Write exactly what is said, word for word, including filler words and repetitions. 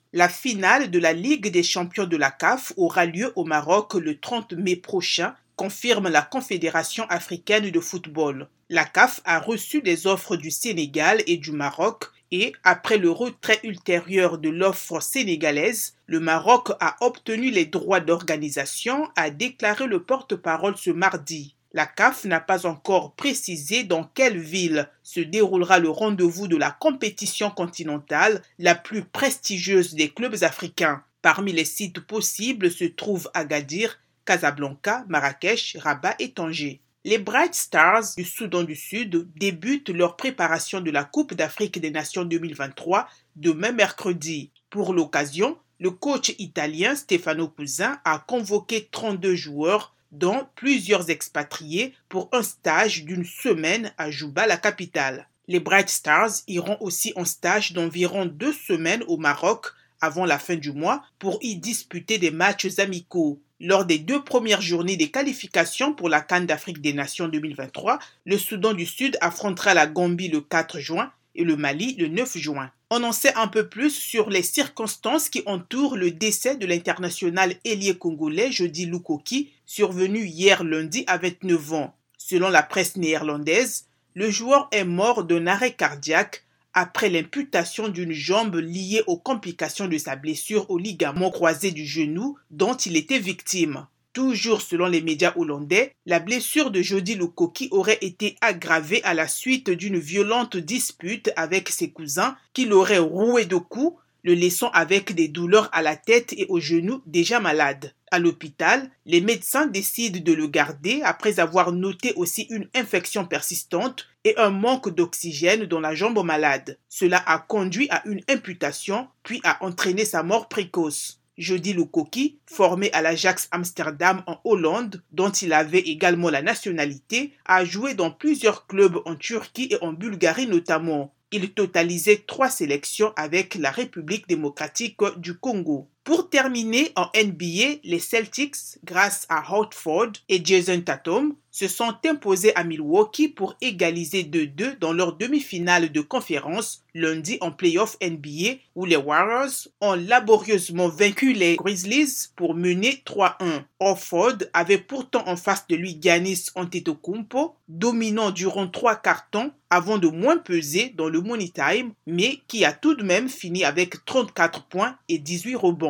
La finale de la Ligue des champions de la C A F aura lieu au Maroc le trente mai prochain, confirme la Confédération africaine de football. La C A F a reçu des offres du Sénégal et du Maroc et, après le retrait ultérieur de l'offre sénégalaise, le Maroc a obtenu les droits d'organisation, a déclaré le porte-parole ce mardi. La C A F n'a pas encore précisé dans quelle ville se déroulera le rendez-vous de la compétition continentale, la plus prestigieuse des clubs africains. Parmi les sites possibles se trouvent Agadir, Casablanca, Marrakech, Rabat et Tanger. Les Bright Stars du Soudan du Sud débutent leur préparation de la Coupe d'Afrique des Nations deux mille vingt-trois demain mercredi. Pour l'occasion, le coach italien Stefano Cousin a convoqué trente-deux joueurs, dont plusieurs expatriés, pour un stage d'une semaine à Juba, la capitale. Les Bright Stars iront aussi en stage d'environ deux semaines au Maroc avant la fin du mois pour y disputer des matchs amicaux. Lors des deux premières journées des qualifications pour la CAN d'Afrique des Nations deux mille vingt-trois, le Soudan du Sud affrontera la Gambie le quatre juin et le Mali le neuf juin. On en sait un peu plus sur les circonstances qui entourent le décès de l'international ailier congolais Jody Lukoki, survenu hier lundi à vingt-neuf ans. Selon la presse néerlandaise, le joueur est mort d'un arrêt cardiaque après l'imputation d'une jambe liée aux complications de sa blessure au ligament croisé du genou dont il était victime. Toujours selon les médias hollandais, la blessure de Jody Lukoki aurait été aggravée à la suite d'une violente dispute avec ses cousins qui l'auraient roué de coups, le laissant avec des douleurs à la tête et aux genoux déjà malades. À l'hôpital, les médecins décident de le garder après avoir noté aussi une infection persistante et un manque d'oxygène dans la jambe malade. Cela a conduit à une imputation, puis a entraîné sa mort précoce. Jody Lukoki, formé à l'Ajax Amsterdam en Hollande, dont il avait également la nationalité, a joué dans plusieurs clubs en Turquie et en Bulgarie notamment. Il totalisait trois sélections avec la République démocratique du Congo. Pour terminer en N B A, les Celtics, grâce à Horford et Jason Tatum, se sont imposés à Milwaukee pour égaliser deux deux dans leur demi-finale de conférence lundi en play-off N B A où les Warriors ont laborieusement vaincu les Grizzlies pour mener trois un. Horford avait pourtant en face de lui Giannis Antetokounmpo, dominant durant trois quarts temps avant de moins peser dans le money time, mais qui a tout de même fini avec trente-quatre points et dix-huit rebonds.